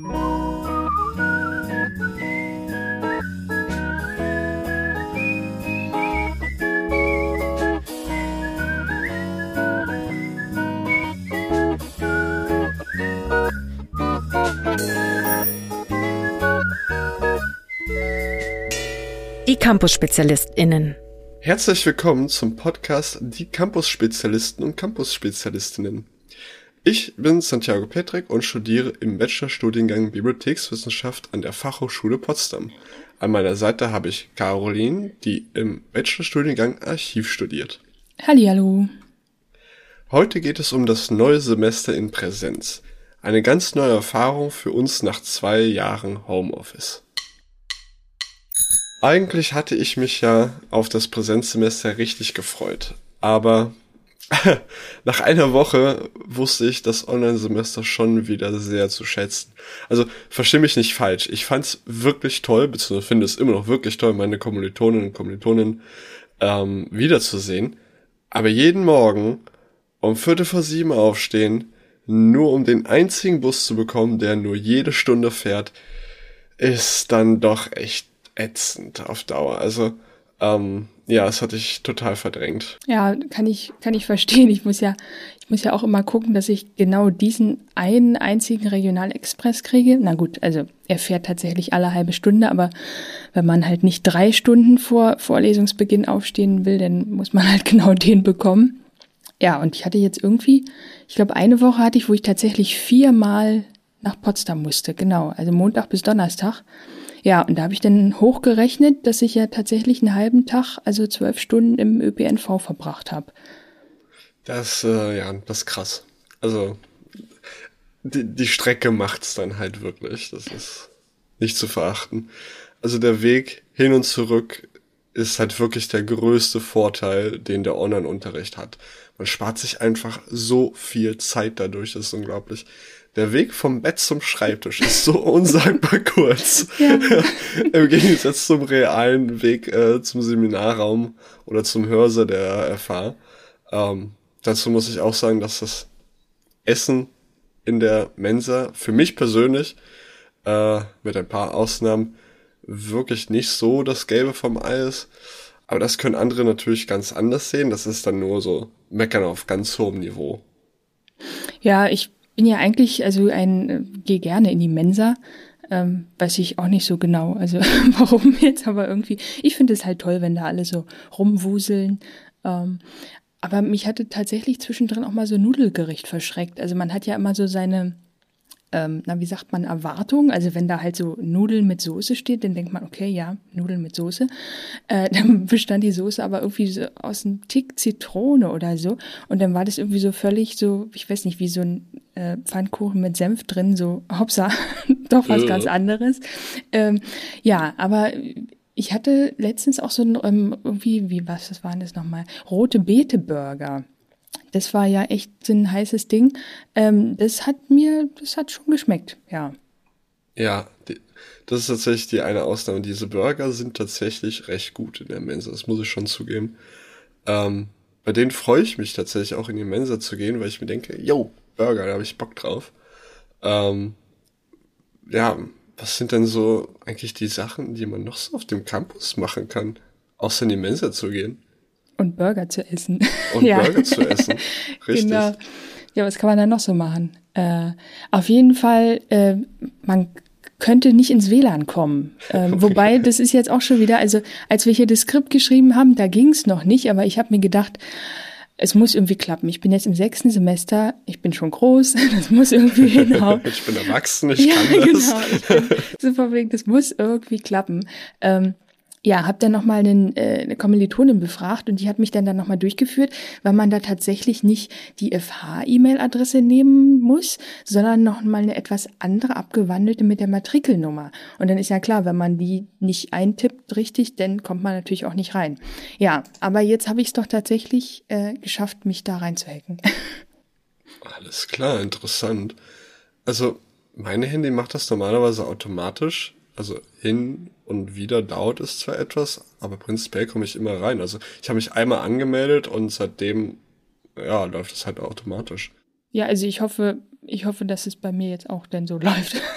Die Campus-SpezialistInnen. Herzlich willkommen zum Podcast Die Campus-Spezialisten und Campus-Spezialistinnen. Ich bin Santiago Petrik und studiere im Bachelorstudiengang Bibliothekswissenschaft an der Fachhochschule Potsdam. An meiner Seite habe ich Caroline, die im Bachelorstudiengang Archiv studiert. Hallihallo. Heute geht es um das neue Semester in Präsenz. Eine ganz neue Erfahrung für uns nach 2 Jahren Homeoffice. Eigentlich hatte ich mich ja auf das Präsenzsemester richtig gefreut, aber nach einer Woche wusste ich das Online-Semester schon wieder sehr zu schätzen. Also versteh mich nicht falsch, ich fand's wirklich toll, beziehungsweise finde es immer noch wirklich toll, meine Kommilitoninnen und Kommilitonen wiederzusehen, aber jeden Morgen um 6:45 aufstehen, nur um den einzigen Bus zu bekommen, der nur jede Stunde fährt, ist dann doch echt ätzend auf Dauer. Also, das hatte ich total verdrängt. Ja, kann ich verstehen. Ich muss ja auch immer gucken, dass ich genau diesen einen einzigen Regionalexpress kriege. Na gut, also er fährt tatsächlich alle halbe Stunde, aber wenn man halt nicht 3 Stunden vor Vorlesungsbeginn aufstehen will, dann muss man halt genau den bekommen. Ja, und ich hatte jetzt irgendwie, ich glaube, eine Woche hatte ich, wo ich tatsächlich 4-mal nach Potsdam musste. Genau, also Montag bis Donnerstag. Ja, und da habe ich dann hochgerechnet, dass ich ja tatsächlich einen halben Tag, also 12 Stunden im ÖPNV verbracht habe. Das ist krass. Also, die Strecke macht's dann halt wirklich. Das ist nicht zu verachten. Also der Weg hin und zurück ist halt wirklich der größte Vorteil, den der Online-Unterricht hat. Man spart sich einfach so viel Zeit dadurch, das ist unglaublich. Der Weg vom Bett zum Schreibtisch ist so unsagbar kurz. Ja. Im Gegensatz zum realen Weg zum Seminarraum oder zum Hörsaal der FH. Dazu muss ich auch sagen, dass das Essen in der Mensa für mich persönlich, mit ein paar Ausnahmen, wirklich nicht so das Gelbe vom Ei ist. Aber das können andere natürlich ganz anders sehen. Das ist dann nur so Meckern auf ganz hohem Niveau. Ja, ich bin ja eigentlich, gehe gerne in die Mensa, weiß ich auch nicht so genau, also warum jetzt, aber irgendwie, ich finde es halt toll, wenn da alle so rumwuseln, aber mich hatte tatsächlich zwischendrin auch mal so Nudelgericht verschreckt, also man hat ja immer so seine, Erwartung, also wenn da halt so Nudeln mit Soße steht, dann denkt man, okay, ja, Nudeln mit Soße, dann bestand die Soße aber irgendwie so aus einem Tick Zitrone oder so und dann war das irgendwie so völlig so, ich weiß nicht, wie so ein Pfannkuchen mit Senf drin, so hoppsa, doch was ganz anderes. Aber ich hatte letztens auch so ein, was waren das nochmal? Rote Beete Burger. Das war ja echt so ein heißes Ding. Das hat schon geschmeckt, ja. Ja, das ist tatsächlich die eine Ausnahme. Diese Burger sind tatsächlich recht gut in der Mensa, das muss ich schon zugeben. Bei denen freue ich mich tatsächlich auch in die Mensa zu gehen, weil ich mir denke, Burger, da habe ich Bock drauf. Was sind denn so eigentlich die Sachen, die man noch so auf dem Campus machen kann, außer in die Mensa zu gehen? Und Burger zu essen. Und ja. Burger zu essen, richtig. Genau. Ja, was kann man da noch so machen? Auf jeden Fall, man könnte nicht ins WLAN kommen. Wobei, das ist jetzt auch schon wieder, also als wir hier das Skript geschrieben haben, da ging es noch nicht, aber ich habe mir gedacht, es muss irgendwie klappen. Ich bin jetzt im 6. Semester, ich bin schon groß, das muss irgendwie hinhauen. Ich bin erwachsen, ich kann das. Genau, ich bin super verlegt, das muss irgendwie klappen. Habe dann nochmal eine Kommilitonin befragt und die hat mich dann nochmal durchgeführt, weil man da tatsächlich nicht die FH-E-Mail-Adresse nehmen muss, sondern nochmal eine etwas andere abgewandelte mit der Matrikelnummer. Und dann ist ja klar, wenn man die nicht eintippt richtig, dann kommt man natürlich auch nicht rein. Ja, aber jetzt habe ich es doch tatsächlich geschafft, mich da reinzuhacken. Alles klar, interessant. Also meine Handy macht das normalerweise automatisch. Also hin und wieder dauert es zwar etwas, aber prinzipiell komme ich immer rein. Also ich habe mich einmal angemeldet und seitdem läuft es halt automatisch. Ja, also ich hoffe, dass es bei mir jetzt auch dann so läuft.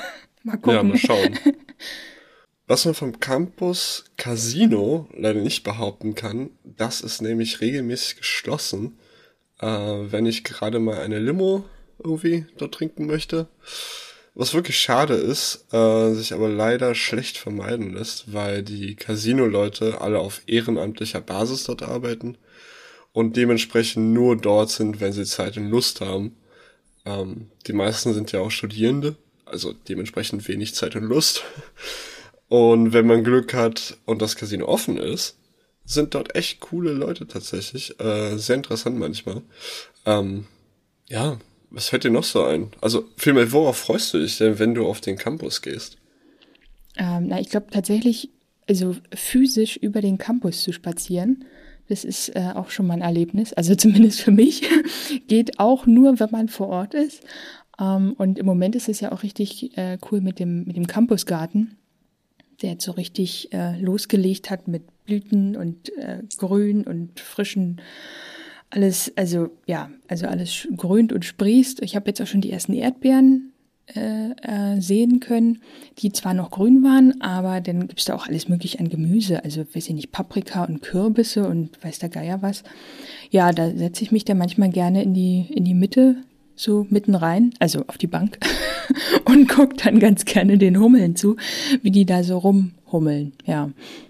Mal gucken. Ja, mal schauen. Was man vom Campus Casino leider nicht behaupten kann, das ist nämlich regelmäßig geschlossen, wenn ich gerade mal eine Limo irgendwie dort trinken möchte. Was wirklich schade ist, sich aber leider schlecht vermeiden lässt, weil die Casino-Leute alle auf ehrenamtlicher Basis dort arbeiten und dementsprechend nur dort sind, wenn sie Zeit und Lust haben. Die meisten sind ja auch Studierende, also dementsprechend wenig Zeit und Lust. Und wenn man Glück hat und das Casino offen ist, sind dort echt coole Leute tatsächlich. Sehr interessant manchmal. Ja, was fällt dir noch so ein? Also vielmehr, worauf freust du dich denn, wenn du auf den Campus gehst? Ich glaube tatsächlich, also physisch über den Campus zu spazieren, das ist auch schon mal ein Erlebnis. Also zumindest für mich. Geht auch nur, wenn man vor Ort ist. Und im Moment ist es ja auch richtig cool mit dem Campusgarten, der jetzt so richtig losgelegt hat mit Blüten und Grün und frischen alles, also alles grünt und sprießt. Ich habe jetzt auch schon die ersten Erdbeeren sehen können, die zwar noch grün waren, aber dann gibt's da auch alles mögliche an Gemüse, also weiß ich nicht, Paprika und Kürbisse und weiß der Geier was. Ja, da setze ich mich dann manchmal gerne in die Mitte, so mitten rein, also auf die Bank und guck dann ganz gerne den Hummeln zu, wie die da so rumhummeln, ja.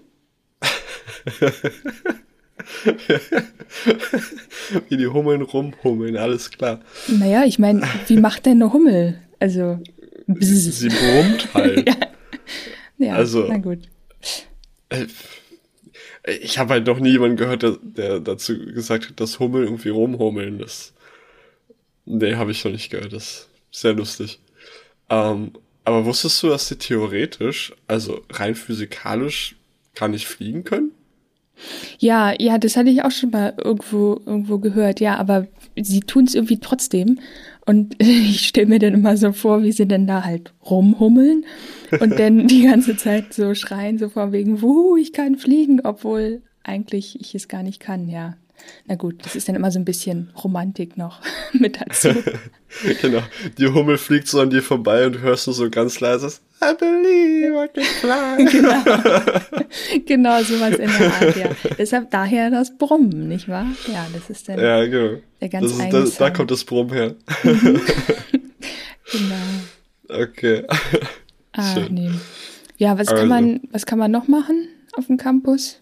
Wie die Hummeln rumhummeln, alles klar. Naja, ich meine, wie macht denn eine Hummel? Also, sie brummt halt. ja, also, na gut. Ich habe halt noch nie jemanden gehört, der dazu gesagt hat, dass Hummeln irgendwie rumhummeln. Nee, habe ich noch nicht gehört. Das ist sehr lustig. Aber wusstest du, dass sie theoretisch, also rein physikalisch, gar nicht fliegen können? Ja, das hatte ich auch schon mal irgendwo gehört. Ja, aber sie tun es irgendwie trotzdem. Und ich stelle mir dann immer so vor, wie sie denn da halt rumhummeln und dann die ganze Zeit so schreien, so von wegen, ich kann fliegen, obwohl eigentlich ich es gar nicht kann, ja. Na gut, das ist dann immer so ein bisschen Romantik noch mit dazu. Genau, die Hummel fliegt so an dir vorbei und du hörst nur so ganz leises I believe I can fly. Genau, sowas in der Art, ja. Deshalb daher das Brummen, nicht wahr? Ja, das ist dann genau. Der ganz eigene da kommt das Brummen her. Genau. Okay. Schön. Nee. Ja, was kann man noch machen auf dem Campus?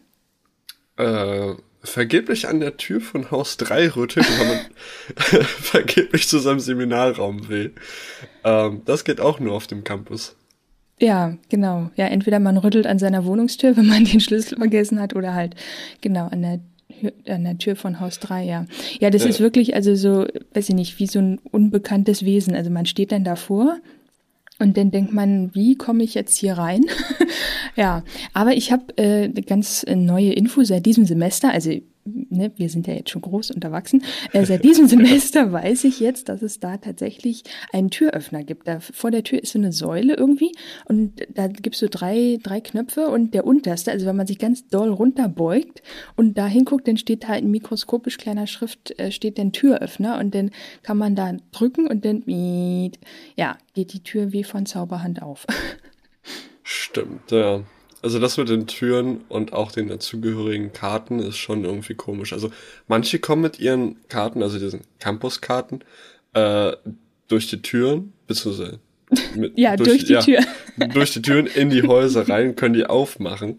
Vergeblich an der Tür von Haus 3 rütteln, wenn man vergeblich zu seinem Seminarraum will. Das geht auch nur auf dem Campus. Ja, genau. Ja, entweder man rüttelt an seiner Wohnungstür, wenn man den Schlüssel vergessen hat, oder halt, genau, an der Tür von Haus 3, ja. Ja, das ist wirklich, also so, weiß ich nicht, wie so ein unbekanntes Wesen. Also man steht dann davor und dann denkt man, wie komme ich jetzt hier rein? Ja, aber ich habe eine ganz neue Info seit diesem Semester, also wir sind ja jetzt schon groß und erwachsen, seit diesem Semester weiß ich jetzt, dass es da tatsächlich einen Türöffner gibt. Da vor der Tür ist so eine Säule irgendwie und da gibt's so drei Knöpfe und der unterste, also wenn man sich ganz doll runterbeugt und da hinguckt, dann steht da in mikroskopisch kleiner Schrift, steht dann Türöffner und dann kann man da drücken und dann, ja, geht die Tür wie von Zauberhand auf. Stimmt, ja. Also das mit den Türen und auch den dazugehörigen Karten ist schon irgendwie komisch. Also manche kommen mit ihren Karten, also diesen Campuskarten, durch die Türen, beziehungsweise durch die Tür. Durch die Türen in die Häuser rein, können die aufmachen.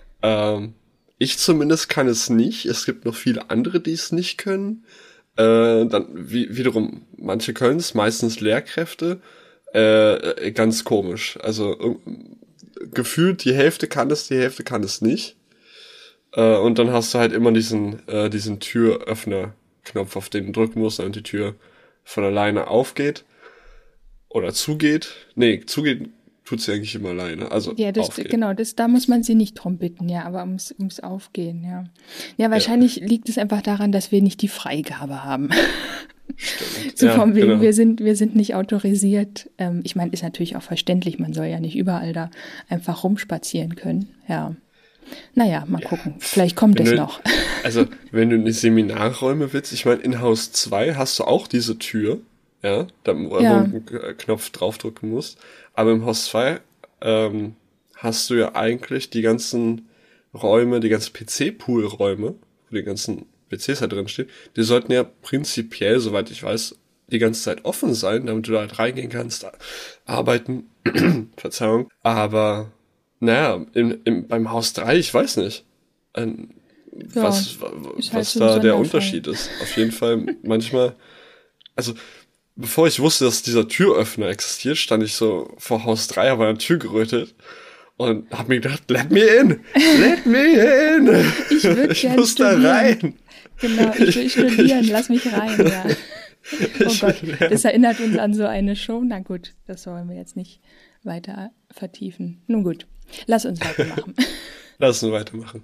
Ich zumindest kann es nicht. Es gibt noch viele andere, die es nicht können. Dann wiederum, manche können es, meistens Lehrkräfte. Ganz komisch. Also gefühlt die Hälfte kann es, die Hälfte kann es nicht. Und dann hast du halt immer diesen Türöffner-Knopf, auf den du drücken musst, damit die Tür von alleine aufgeht oder zugeht. Nee, zugeht tut sie eigentlich immer alleine. Also ja, aufgeht. Genau, da muss man sie nicht drum bitten, ja, aber ums Aufgehen, ja. Ja, wahrscheinlich liegt es einfach daran, dass wir nicht die Freigabe haben. Stimmt. So vom Wegen, genau. wir sind nicht autorisiert. Ich meine, ist natürlich auch verständlich, man soll ja nicht überall da einfach rumspazieren können, ja. Naja, mal gucken, vielleicht kommt es noch. Also, wenn du in die Seminarräume willst, ich meine, in Haus 2 hast du auch diese Tür, ja, wo du einen Knopf draufdrücken musst. Aber im Haus 2 hast du ja eigentlich die ganzen Räume, die ganzen PC-Pool-Räume, wo die ganzen PCs da drin stehen, die sollten ja prinzipiell, soweit ich weiß, die ganze Zeit offen sein, damit du da halt reingehen kannst, arbeiten, Verzeihung. Aber, naja, beim Haus 3, ich weiß nicht, was halt da der Unterschied ist. Auf jeden Fall manchmal, also bevor ich wusste, dass dieser Türöffner existiert, stand ich so vor Haus 3, habe an der Tür gerötet und habe mir gedacht, let me in! Let me in! Ich muss da rein! Genau, ich will studieren, lass mich rein, ja. Oh Gott, das erinnert uns an so eine Show. Na gut, das wollen wir jetzt nicht weiter vertiefen. Nun gut, lass uns weitermachen. Lass uns weitermachen.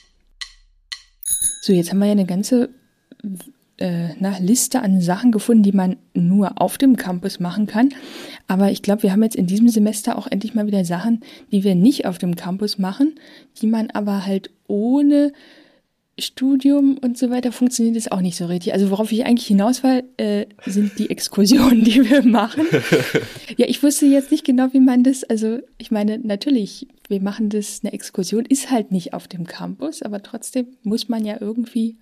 So, jetzt haben wir ja eine ganze Liste an Sachen gefunden, die man nur auf dem Campus machen kann. Aber ich glaube, wir haben jetzt in diesem Semester auch endlich mal wieder Sachen, die wir nicht auf dem Campus machen, die man aber halt ohne Studium und so weiter funktioniert es auch nicht so richtig. Also worauf ich eigentlich hinaus will, sind die Exkursionen, die wir machen. Ja, ich wusste jetzt nicht genau, wie man das, also ich meine, natürlich, wir machen das, eine Exkursion ist halt nicht auf dem Campus, aber trotzdem muss man ja irgendwie,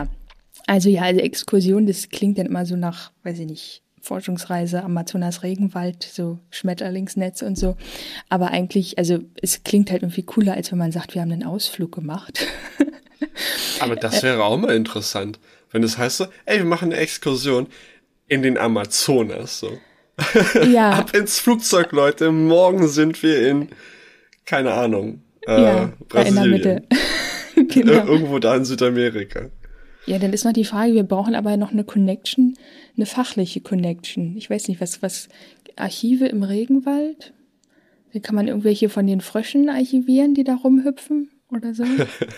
also Exkursion, das klingt dann immer so nach, weiß ich nicht, Forschungsreise, Amazonas-Regenwald, so Schmetterlingsnetz und so. Aber eigentlich, also es klingt halt irgendwie cooler, als wenn man sagt, wir haben einen Ausflug gemacht. Aber das wäre auch mal interessant, wenn das heißt so, ey, wir machen eine Exkursion in den Amazonas, so. Ja. Ab ins Flugzeug, Leute, morgen sind wir in, keine Ahnung, Brasilien. In der Mitte. Genau. Irgendwo da in Südamerika. Ja, dann ist noch die Frage, wir brauchen aber noch eine Connection, eine fachliche Connection. Ich weiß nicht, was Archive im Regenwald? Wie kann man irgendwelche von den Fröschen archivieren, die da rumhüpfen oder so?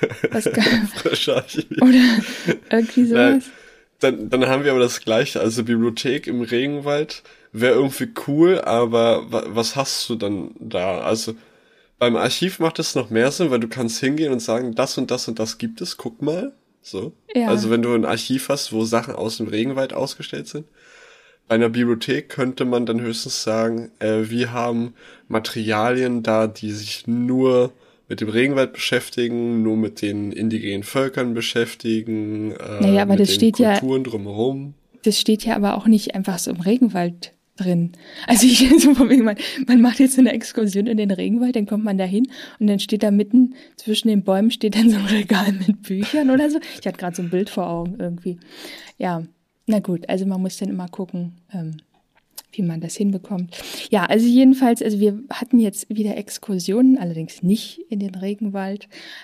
Frösche archivieren. Oder irgendwie sowas. Dann haben wir aber das Gleiche, also Bibliothek im Regenwald wäre irgendwie cool, aber was hast du dann da? Also beim Archiv macht es noch mehr Sinn, weil du kannst hingehen und sagen, das und das und das gibt es, guck mal. So. Ja. Also wenn du ein Archiv hast, wo Sachen aus dem Regenwald ausgestellt sind. Bei einer Bibliothek könnte man dann höchstens sagen, wir haben Materialien da, die sich nur mit dem Regenwald beschäftigen, nur mit den indigenen Völkern beschäftigen, aber mit das den steht Kulturen drumherum. Das steht ja aber auch nicht einfach so im Regenwald drin. Also man macht jetzt so eine Exkursion in den Regenwald, dann kommt man da hin und dann steht da mitten zwischen den Bäumen steht dann so ein Regal mit Büchern oder so. Ich hatte gerade so ein Bild vor Augen irgendwie. Ja, na gut, also man muss dann immer gucken, wie man das hinbekommt. Ja, also jedenfalls, also wir hatten jetzt wieder Exkursionen, allerdings nicht in den Regenwald.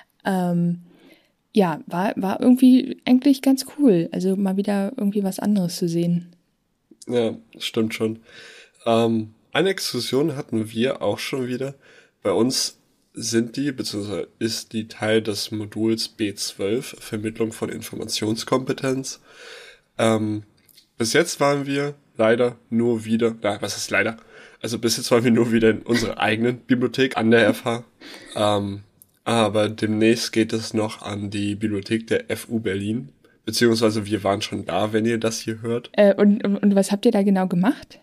Ja, war irgendwie eigentlich ganz cool, also mal wieder irgendwie was anderes zu sehen. Ja, stimmt schon. Eine Exkursion hatten wir auch schon wieder. Bei uns sind die, beziehungsweise ist die Teil des Moduls B12, Vermittlung von Informationskompetenz. Bis jetzt waren wir leider nur wieder, was ist leider? Also bis jetzt waren wir nur wieder in unserer eigenen Bibliothek an der FH. Aber demnächst geht es noch an die Bibliothek der FU Berlin. Beziehungsweise wir waren schon da, wenn ihr das hier hört. Und was habt ihr da genau gemacht?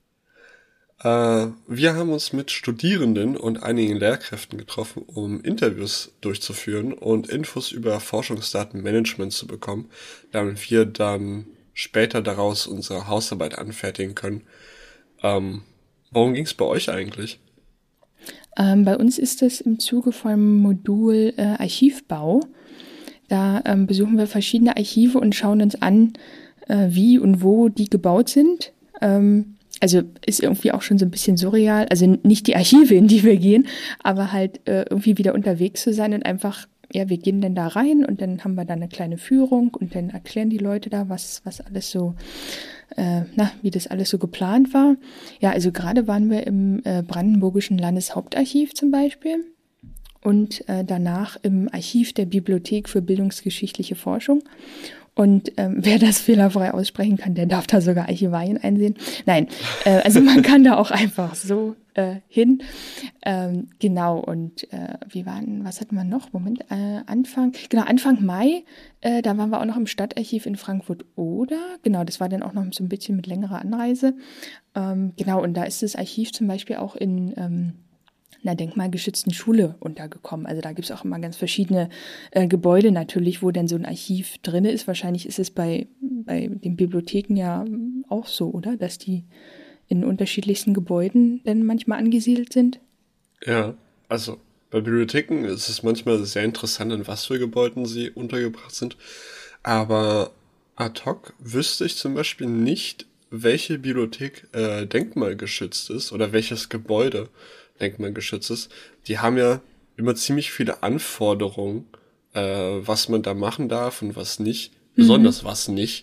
Wir haben uns mit Studierenden und einigen Lehrkräften getroffen, um Interviews durchzuführen und Infos über Forschungsdatenmanagement zu bekommen, damit wir dann später daraus unsere Hausarbeit anfertigen können. Worum ging es bei euch eigentlich? Bei uns ist es im Zuge vom Modul Archivbau. Da besuchen wir verschiedene Archive und schauen uns an, wie und wo die gebaut sind. Also ist irgendwie auch schon so ein bisschen surreal. Also nicht die Archive, in die wir gehen, aber halt irgendwie wieder unterwegs zu sein und einfach, ja, wir gehen dann da rein und dann haben wir da eine kleine Führung und dann erklären die Leute da, was alles so, wie das alles so geplant war. Ja, also gerade waren wir im Brandenburgischen Landeshauptarchiv zum Beispiel. Und danach im Archiv der Bibliothek für bildungsgeschichtliche Forschung. Und wer das fehlerfrei aussprechen kann, der darf da sogar Archivarien einsehen. Nein, also man kann da auch einfach so hin. Genau, und was hatten wir noch? Moment, Anfang Mai, da waren wir auch noch im Stadtarchiv in Frankfurt-Oder. Genau, das war dann auch noch so ein bisschen mit längerer Anreise. Genau, und da ist das Archiv zum Beispiel auch in einer denkmalgeschützten Schule untergekommen. Also da gibt's auch immer ganz verschiedene Gebäude natürlich, wo dann so ein Archiv drin ist. Wahrscheinlich ist es bei den Bibliotheken ja auch so, oder? Dass die in unterschiedlichsten Gebäuden dann manchmal angesiedelt sind. Ja, also bei Bibliotheken ist es manchmal sehr interessant, in was für Gebäuden sie untergebracht sind. Aber ad hoc wüsste ich zum Beispiel nicht, welche Bibliothek denkmalgeschützt ist oder welches Gebäude denkmalgeschützt ist. Die haben ja immer ziemlich viele Anforderungen, was man da machen darf und was nicht. Besonders was nicht.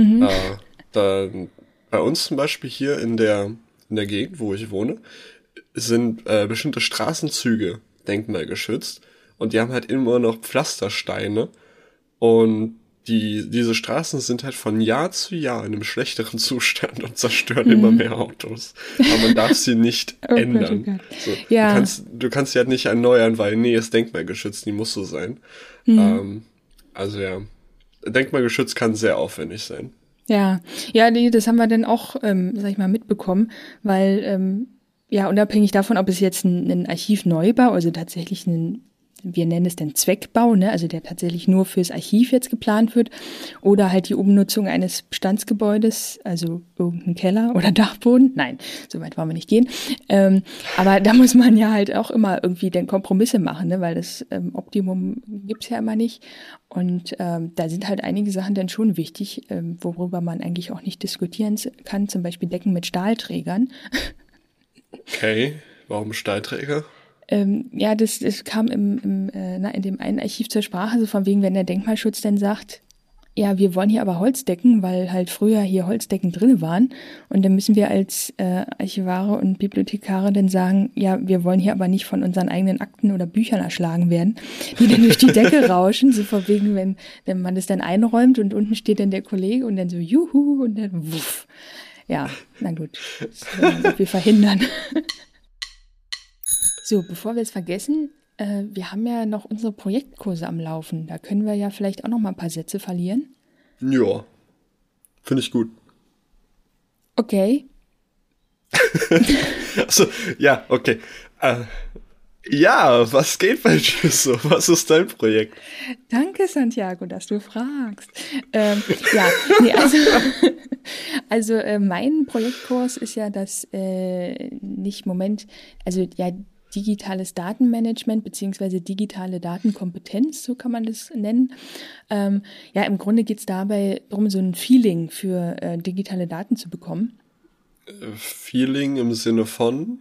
Bei uns zum Beispiel hier in der Gegend, wo ich wohne, sind bestimmte Straßenzüge denkmalgeschützt und die haben halt immer noch Pflastersteine und diese Straßen sind halt von Jahr zu Jahr in einem schlechteren Zustand und zerstören immer mehr Autos. Aber man darf sie nicht ändern. Gott. So, Ja. du kannst sie halt nicht erneuern, weil ist denkmalgeschützt, die muss so sein. Also ja, denkmalgeschützt kann sehr aufwendig sein. Ja, das haben wir dann auch, sag ich mal, mitbekommen, weil unabhängig davon, ob es jetzt ein Archivneubau, also tatsächlich wir nennen es den Zweckbau, ne, also der tatsächlich nur fürs Archiv jetzt geplant wird, oder halt die Umnutzung eines Bestandsgebäudes, also irgendein Keller oder Dachboden. Nein, so weit wollen wir nicht gehen. Aber da muss man ja halt auch immer irgendwie dann Kompromisse machen, ne, weil das Optimum gibt's ja immer nicht. Und da sind halt einige Sachen dann schon wichtig, worüber man eigentlich auch nicht diskutieren kann, zum Beispiel Decken mit Stahlträgern. Okay, warum Stahlträger? Das kam in dem einen Archiv zur Sprache, so von wegen, wenn der Denkmalschutz dann sagt, ja, wir wollen hier aber Holzdecken, weil halt früher hier Holzdecken drin waren. Und dann müssen wir als Archivare und Bibliothekare dann sagen, ja, wir wollen hier aber nicht von unseren eigenen Akten oder Büchern erschlagen werden, die dann durch die Decke rauschen, so von wegen, wenn man das dann einräumt und unten steht dann der Kollege und dann so juhu und dann wuff. Ja, na gut, das wollen wir irgendwie verhindern. So, bevor wir es vergessen, wir haben ja noch unsere Projektkurse am Laufen. Da können wir ja vielleicht auch noch mal ein paar Sätze verlieren. Ja, finde ich gut. Okay. Also, ja, okay. Ja, was geht bei dir so? Was ist dein Projekt? Danke, Santiago, dass du fragst. Mein Projektkurs ist ja digitales Datenmanagement beziehungsweise digitale Datenkompetenz, so kann man das nennen. Im Grunde geht es dabei darum, so ein Feeling für digitale Daten zu bekommen. Feeling im Sinne von?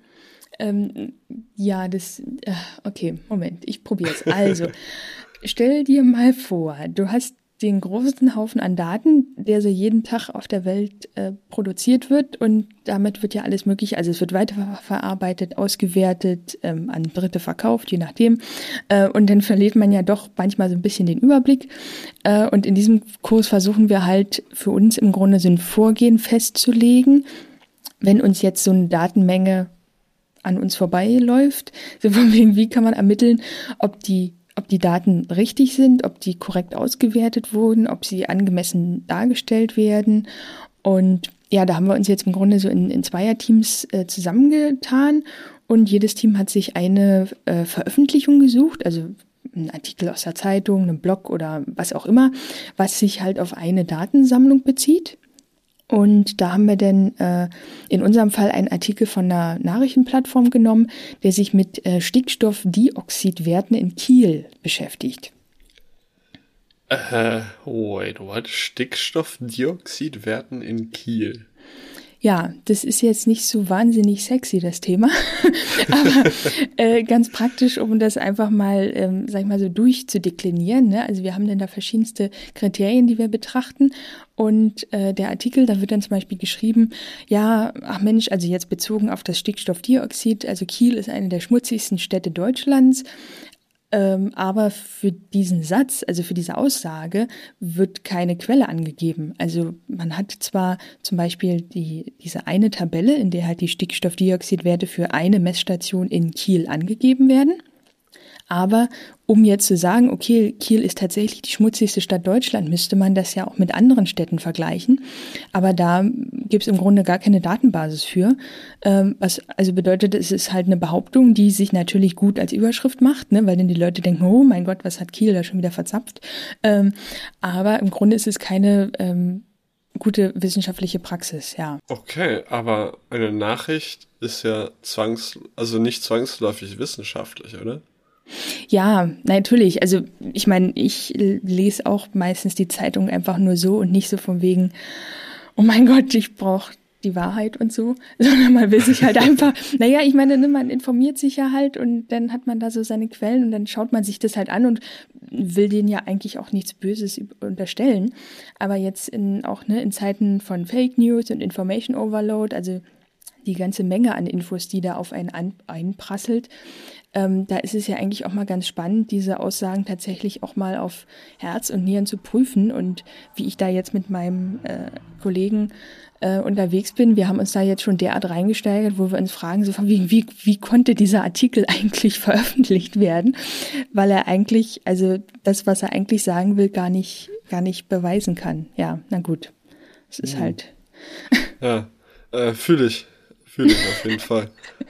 Okay, Moment, ich probiere es. Also, stell dir mal vor, du hast den großen Haufen an Daten, der so jeden Tag auf der Welt produziert wird und damit wird ja alles mögliche, also es wird weiterverarbeitet, ausgewertet, an Dritte verkauft, je nachdem und dann verliert man ja doch manchmal so ein bisschen den Überblick und in diesem Kurs versuchen wir halt für uns im Grunde so ein Vorgehen festzulegen, wenn uns jetzt so eine Datenmenge an uns vorbeiläuft, so von wegen, wie kann man ermitteln, ob die Daten richtig sind, ob die korrekt ausgewertet wurden, ob sie angemessen dargestellt werden. Und ja, da haben wir uns jetzt im Grunde so in Zweierteams zusammengetan und jedes Team hat sich eine Veröffentlichung gesucht, also ein Artikel aus der Zeitung, einen Blog oder was auch immer, was sich halt auf eine Datensammlung bezieht. Und da haben wir dann in unserem Fall einen Artikel von einer Nachrichtenplattform genommen, der sich mit Stickstoffdioxidwerten in Kiel beschäftigt. Wait, what? Stickstoffdioxidwerten in Kiel? Ja, das ist jetzt nicht so wahnsinnig sexy, das Thema, aber ganz praktisch, um das einfach mal, so durchzudeklinieren. Ne? Also wir haben dann da verschiedenste Kriterien, die wir betrachten und der Artikel, da wird dann zum Beispiel geschrieben, ja, ach Mensch, also jetzt bezogen auf das Stickstoffdioxid, also Kiel ist eine der schmutzigsten Städte Deutschlands. Aber für diesen Satz, also für diese Aussage, wird keine Quelle angegeben. Also man hat zwar zum Beispiel diese eine Tabelle, in der halt die Stickstoffdioxidwerte für eine Messstation in Kiel angegeben werden. Aber um jetzt zu sagen, okay, Kiel ist tatsächlich die schmutzigste Stadt Deutschland, müsste man das ja auch mit anderen Städten vergleichen. Aber da gibt es im Grunde gar keine Datenbasis für. Was also bedeutet, es ist halt eine Behauptung, die sich natürlich gut als Überschrift macht, ne, weil dann die Leute denken, oh mein Gott, was hat Kiel da schon wieder verzapft? Aber im Grunde ist es keine gute wissenschaftliche Praxis, ja. Okay, aber eine Nachricht ist ja nicht zwangsläufig wissenschaftlich, oder? Ja, natürlich. Also ich meine, ich lese auch meistens die Zeitung einfach nur so und nicht so von wegen, oh mein Gott, ich brauche die Wahrheit und so, sondern man will sich halt einfach, naja, ich meine, man informiert sich ja halt und dann hat man da so seine Quellen und dann schaut man sich das halt an und will denen ja eigentlich auch nichts Böses unterstellen. Aber jetzt in Zeiten von Fake News und Information Overload, also die ganze Menge an Infos, die da auf einen einprasselt, da ist es ja eigentlich auch mal ganz spannend, diese Aussagen tatsächlich auch mal auf Herz und Nieren zu prüfen. Und wie ich da jetzt mit meinem Kollegen unterwegs bin, wir haben uns da jetzt schon derart reingesteigert, wo wir uns fragen, so von wie konnte dieser Artikel eigentlich veröffentlicht werden? Weil er eigentlich, also das, was er eigentlich sagen will, gar nicht beweisen kann. Ja, na gut. Es ist halt. Ja, fühle ich auf jeden Fall.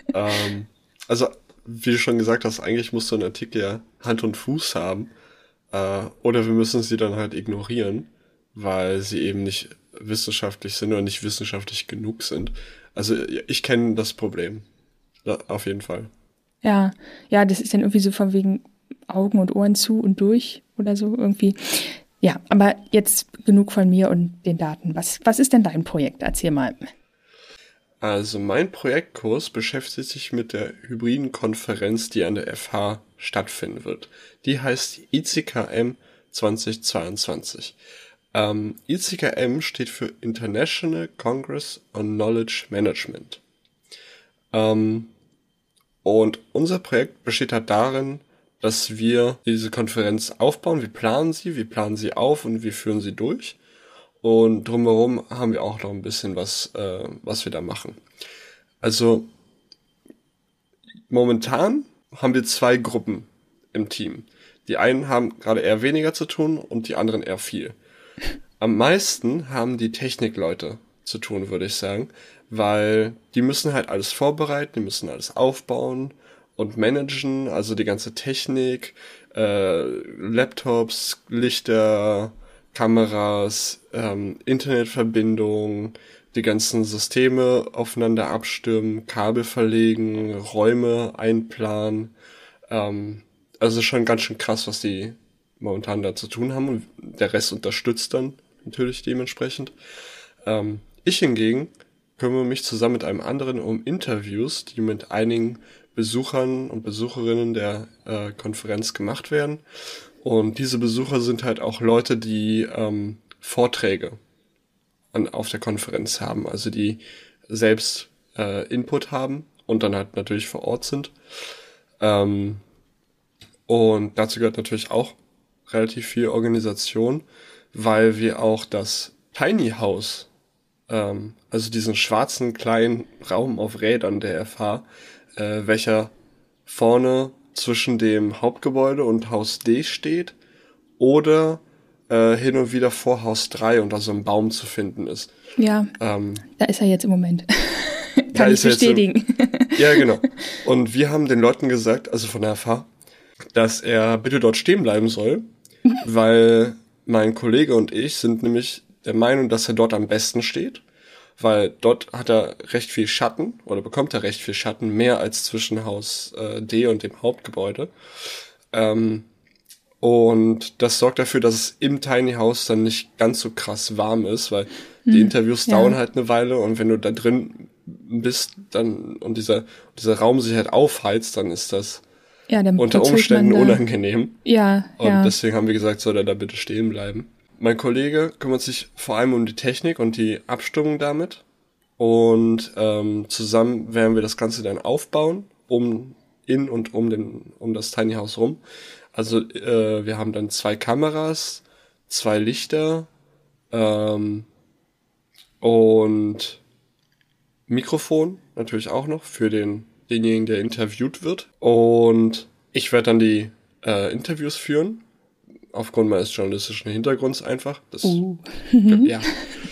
Also, wie du schon gesagt hast, eigentlich muss so ein Artikel ja Hand und Fuß haben. Oder wir müssen sie dann halt ignorieren, weil sie eben nicht wissenschaftlich sind oder nicht wissenschaftlich genug sind. Also ich kenne das Problem. Auf jeden Fall. Ja, das ist dann irgendwie so von wegen Augen und Ohren zu und durch oder so irgendwie. Ja, aber jetzt genug von mir und den Daten. Was ist denn dein Projekt? Erzähl mal. Also mein Projektkurs beschäftigt sich mit der hybriden Konferenz, die an der FH stattfinden wird. Die heißt ICKM 2022. ICKM steht für International Congress on Knowledge Management. Und unser Projekt besteht halt darin, dass wir diese Konferenz aufbauen. Wir planen sie auf und wir führen sie durch. Und drumherum haben wir auch noch ein bisschen was wir da machen. Also momentan haben wir 2 Gruppen im Team. Die einen haben gerade eher weniger zu tun und die anderen eher viel. Am meisten haben die Technikleute zu tun, würde ich sagen, weil die müssen halt alles vorbereiten, die müssen alles aufbauen und managen, also die ganze Technik, Laptops, Lichter, Kameras, Internetverbindung, die ganzen Systeme aufeinander abstimmen, Kabel verlegen, Räume einplanen. Also schon ganz schön krass, was die momentan da zu tun haben. Und der Rest unterstützt dann natürlich dementsprechend. Ich hingegen kümmere mich zusammen mit einem anderen um Interviews, die mit einigen Besuchern und Besucherinnen der Konferenz gemacht werden. Und diese Besucher sind halt auch Leute, die Vorträge auf der Konferenz haben, also die selbst Input haben und dann halt natürlich vor Ort sind. Und dazu gehört natürlich auch relativ viel Organisation, weil wir auch das Tiny House, also diesen schwarzen kleinen Raum auf Rädern der FH, welcher vorne zwischen dem Hauptgebäude und Haus D steht oder hin und wieder vor Haus 3 und da so ein Baum zu finden ist. Ja, da ist er jetzt im Moment. Kann ich bestätigen. Ja, genau. Und wir haben den Leuten gesagt, also von der FH, dass er bitte dort stehen bleiben soll, weil mein Kollege und ich sind nämlich der Meinung, dass er dort am besten steht, weil dort hat er recht viel Schatten oder bekommt er recht viel Schatten, mehr als zwischen Haus D und dem Hauptgebäude. Und das sorgt dafür, dass es im Tiny House dann nicht ganz so krass warm ist, weil die Interviews dauern halt eine Weile und wenn du da drin bist dann und dieser Raum sich halt aufheizt, dann ist das unter Umständen unangenehm. Ja. Und deswegen haben wir gesagt, soll er da bitte stehen bleiben. Mein Kollege kümmert sich vor allem um die Technik und die Abstimmung damit. Und zusammen werden wir das Ganze dann aufbauen, um in und um das Tiny House rum. Also wir haben dann 2 Kameras, 2 Lichter und Mikrofon natürlich auch noch für denjenigen, der interviewt wird. Und ich werde dann die Interviews führen, aufgrund meines journalistischen Hintergrunds einfach. Ja.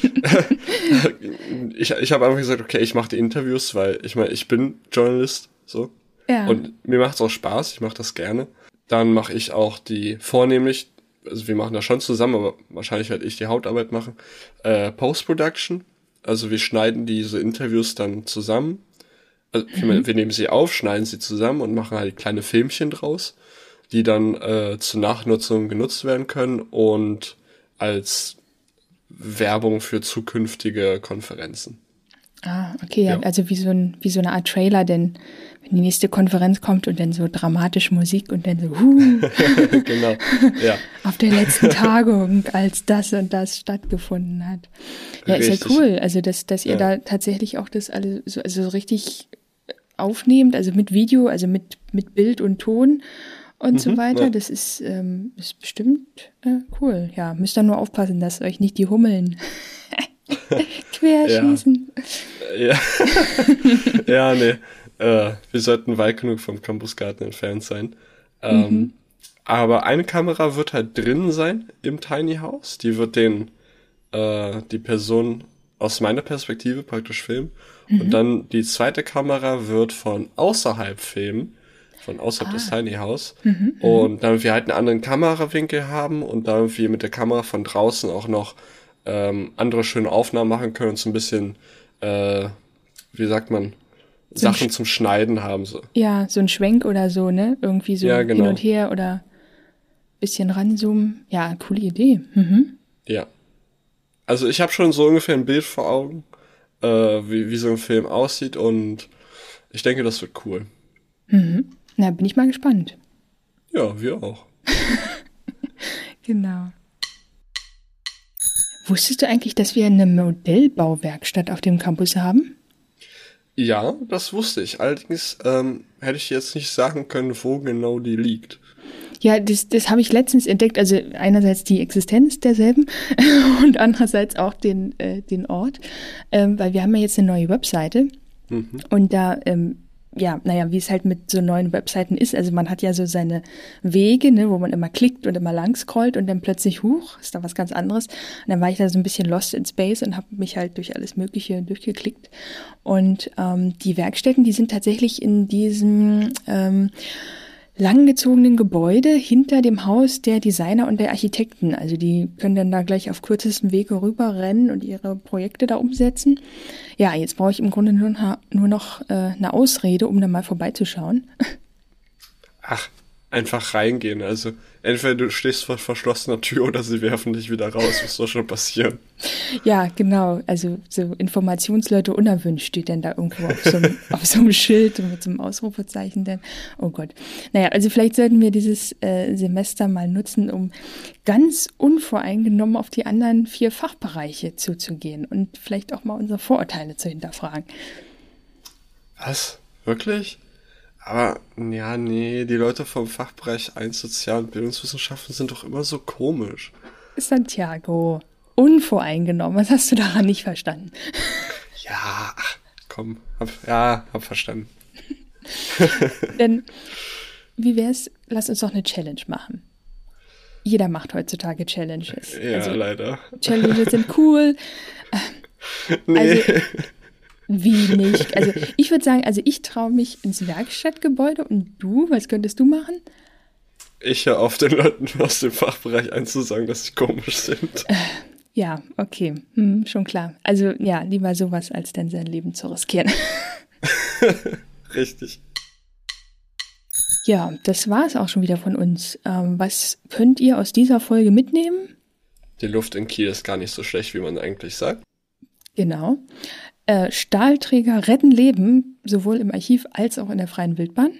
Ich habe einfach gesagt, okay, ich mache die Interviews, weil ich bin Journalist, so. Ja. Und mir macht's auch Spaß, ich mache das gerne. Dann mache ich auch vornehmlich, also wir machen das schon zusammen, aber wahrscheinlich werde ich die Hauptarbeit machen, Post-Production. Also wir schneiden diese Interviews dann zusammen. Also wir nehmen sie auf, schneiden sie zusammen und machen halt kleine Filmchen draus, die dann zur Nachnutzung genutzt werden können und als Werbung für zukünftige Konferenzen. Ah, okay, ja. Also wie so eine Art Trailer, denn wenn die nächste Konferenz kommt und dann so dramatische Musik und dann so Genau, ja. Auf der letzten Tagung, als das und das stattgefunden hat. Ja, Richtig. ist ja cool, also dass ihr da tatsächlich auch das alles so richtig aufnehmt, also mit Video, also mit Bild und Ton und so weiter. Ja. Das ist bestimmt cool. Ja, müsst ihr nur aufpassen, dass euch nicht die Hummeln querschießen. Ja, ja nee. Wir sollten weit genug vom Campusgarten entfernt sein. Aber eine Kamera wird halt drin sein im Tiny House. Die wird die Person aus meiner Perspektive praktisch filmen. Und dann die zweite Kamera wird von außerhalb filmen. Von außerhalb des Tiny House. Und damit wir halt einen anderen Kamerawinkel haben und damit wir mit der Kamera von draußen auch noch andere schöne Aufnahmen machen können und so ein bisschen, wie sagt man, Sachen zum Schneiden haben. So. Ja, so ein Schwenk oder so, ne? Irgendwie so ja, genau. Hin und her oder bisschen ranzoomen. Ja, coole Idee. Ja. Also ich habe schon so ungefähr ein Bild vor Augen, wie so ein Film aussieht und ich denke, das wird cool. Na, bin ich mal gespannt. Ja, wir auch. Genau. Wusstest du eigentlich, dass wir eine Modellbauwerkstatt auf dem Campus haben? Ja, das wusste ich. Allerdings hätte ich jetzt nicht sagen können, wo genau die liegt. Ja, das habe ich letztens entdeckt. Also einerseits die Existenz derselben und andererseits auch den Ort. Weil wir haben ja jetzt eine neue Webseite. Und da wie es halt mit so neuen Webseiten ist. Also man hat ja so seine Wege, ne, wo man immer klickt und immer lang scrollt und dann plötzlich, ist da was ganz anderes. Und dann war ich da so ein bisschen lost in space und habe mich halt durch alles Mögliche durchgeklickt. Und die Werkstätten, die sind tatsächlich in diesem langgezogenen Gebäude hinter dem Haus der Designer und der Architekten. Also die können dann da gleich auf kürzestem Wege rüberrennen und ihre Projekte da umsetzen. Ja, jetzt brauche ich im Grunde nur noch eine Ausrede, um da mal vorbeizuschauen. Ach, einfach reingehen. Also entweder du stehst vor verschlossener Tür oder sie werfen dich wieder raus. Was soll schon passieren? Ja, genau. Also so Informationsleute unerwünscht steht dann da irgendwo auf so einem Schild mit so einem Ausrufezeichen. Denn, oh Gott. Naja, also vielleicht sollten wir dieses Semester mal nutzen, um ganz unvoreingenommen auf die anderen 4 Fachbereiche zuzugehen und vielleicht auch mal unsere Vorurteile zu hinterfragen. Was? Wirklich? Aber, ja, nee, die Leute vom Fachbereich 1 Sozial- und Bildungswissenschaften sind doch immer so komisch. Santiago, unvoreingenommen, was hast du daran nicht verstanden? Ja, ach, komm, hab verstanden. Denn, wie wär's, lass uns doch eine Challenge machen. Jeder macht heutzutage Challenges. Ja, also, leider. Challenges sind cool. Nee. Also, wie nicht? Also ich würde sagen, ich traue mich ins Werkstattgebäude und du, was könntest du machen? Ich höre auf, den Leuten aus dem Fachbereich einzusagen, dass sie komisch sind. Ja, okay, schon klar. Also ja, lieber sowas, als denn sein Leben zu riskieren. Richtig. Ja, das war es auch schon wieder von uns. Was könnt ihr aus dieser Folge mitnehmen? Die Luft in Kiel ist gar nicht so schlecht, wie man eigentlich sagt. Genau. Stahlträger retten Leben, sowohl im Archiv als auch in der freien Wildbahn.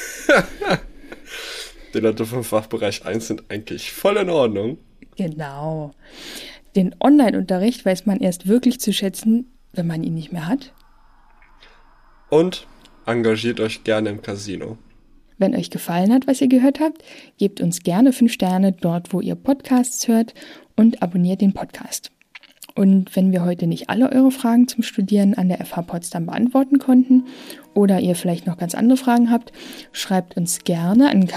Die Leute vom Fachbereich 1 sind eigentlich voll in Ordnung. Genau. Den Online-Unterricht weiß man erst wirklich zu schätzen, wenn man ihn nicht mehr hat. Und engagiert euch gerne im Casino. Wenn euch gefallen hat, was ihr gehört habt, gebt uns gerne 5 Sterne dort, wo ihr Podcasts hört und abonniert den Podcast. Und wenn wir heute nicht alle eure Fragen zum Studieren an der FH Potsdam beantworten konnten oder ihr vielleicht noch ganz andere Fragen habt, schreibt uns gerne an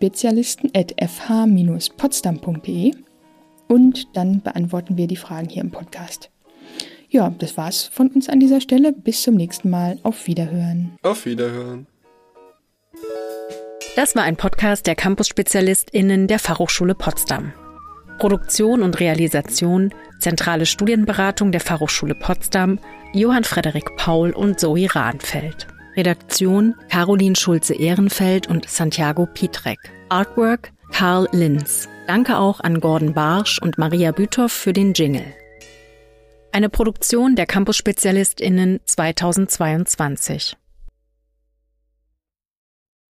campusspezialisten@fh-potsdam.de und dann beantworten wir die Fragen hier im Podcast. Ja, das war's von uns an dieser Stelle. Bis zum nächsten Mal. Auf Wiederhören. Auf Wiederhören. Das war ein Podcast der CampusspezialistInnen der Fachhochschule Potsdam. Produktion und Realisation, zentrale Studienberatung der Fachhochschule Potsdam, Johann Frederik Paul und Zoe Rahnfeld. Redaktion Caroline Schulze-Ehrenfeld und Santiago Pietrek. Artwork Karl Linz. Danke auch an Gordon Barsch und Maria Büthoff für den Jingle. Eine Produktion der CampusspezialistInnen 2022.